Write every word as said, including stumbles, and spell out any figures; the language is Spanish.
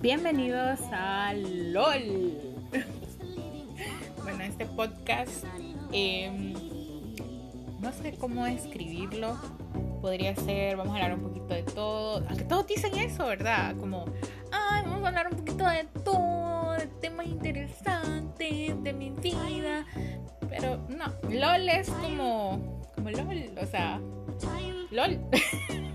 Bienvenidos a LOL. Bueno, este podcast, eh, no sé cómo escribirlo. Podría ser, vamos a hablar un poquito de todo. Aunque todos dicen eso, ¿verdad? Como, ay, vamos a hablar un poquito de todo, de temas interesantes, de mi vida. Pero no, LOL es como, como LOL, o sea, LOL.